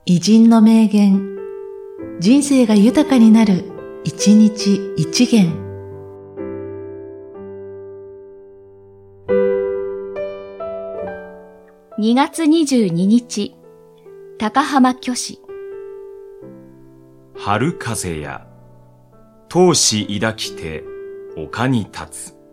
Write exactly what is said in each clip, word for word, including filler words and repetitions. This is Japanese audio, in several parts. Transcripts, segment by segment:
偉人の名言、人生が豊かになる、一日一元。 にがつにじゅうににち、高浜虚子。 春風や、闘志抱きて丘に立つ。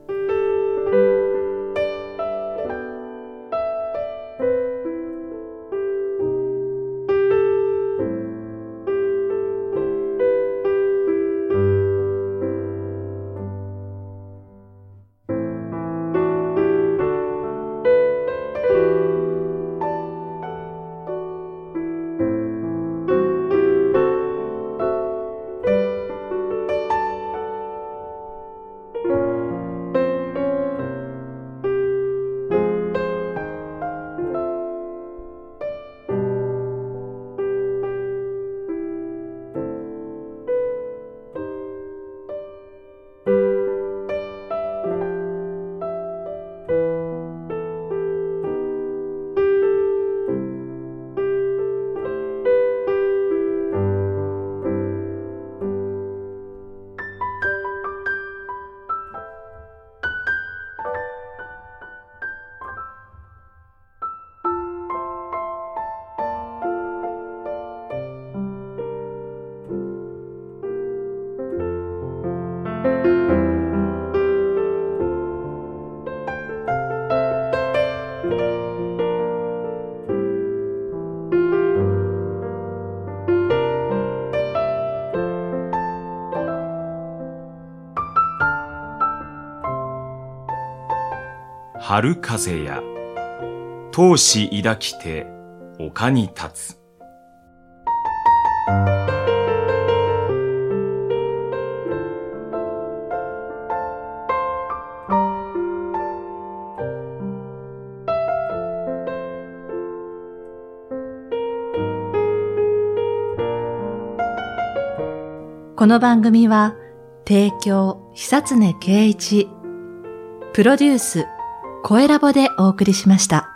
春風や、闘志抱きて丘に立つ。 この番組は、提供、久常圭一、プロデュース、声ラボでお送りしました。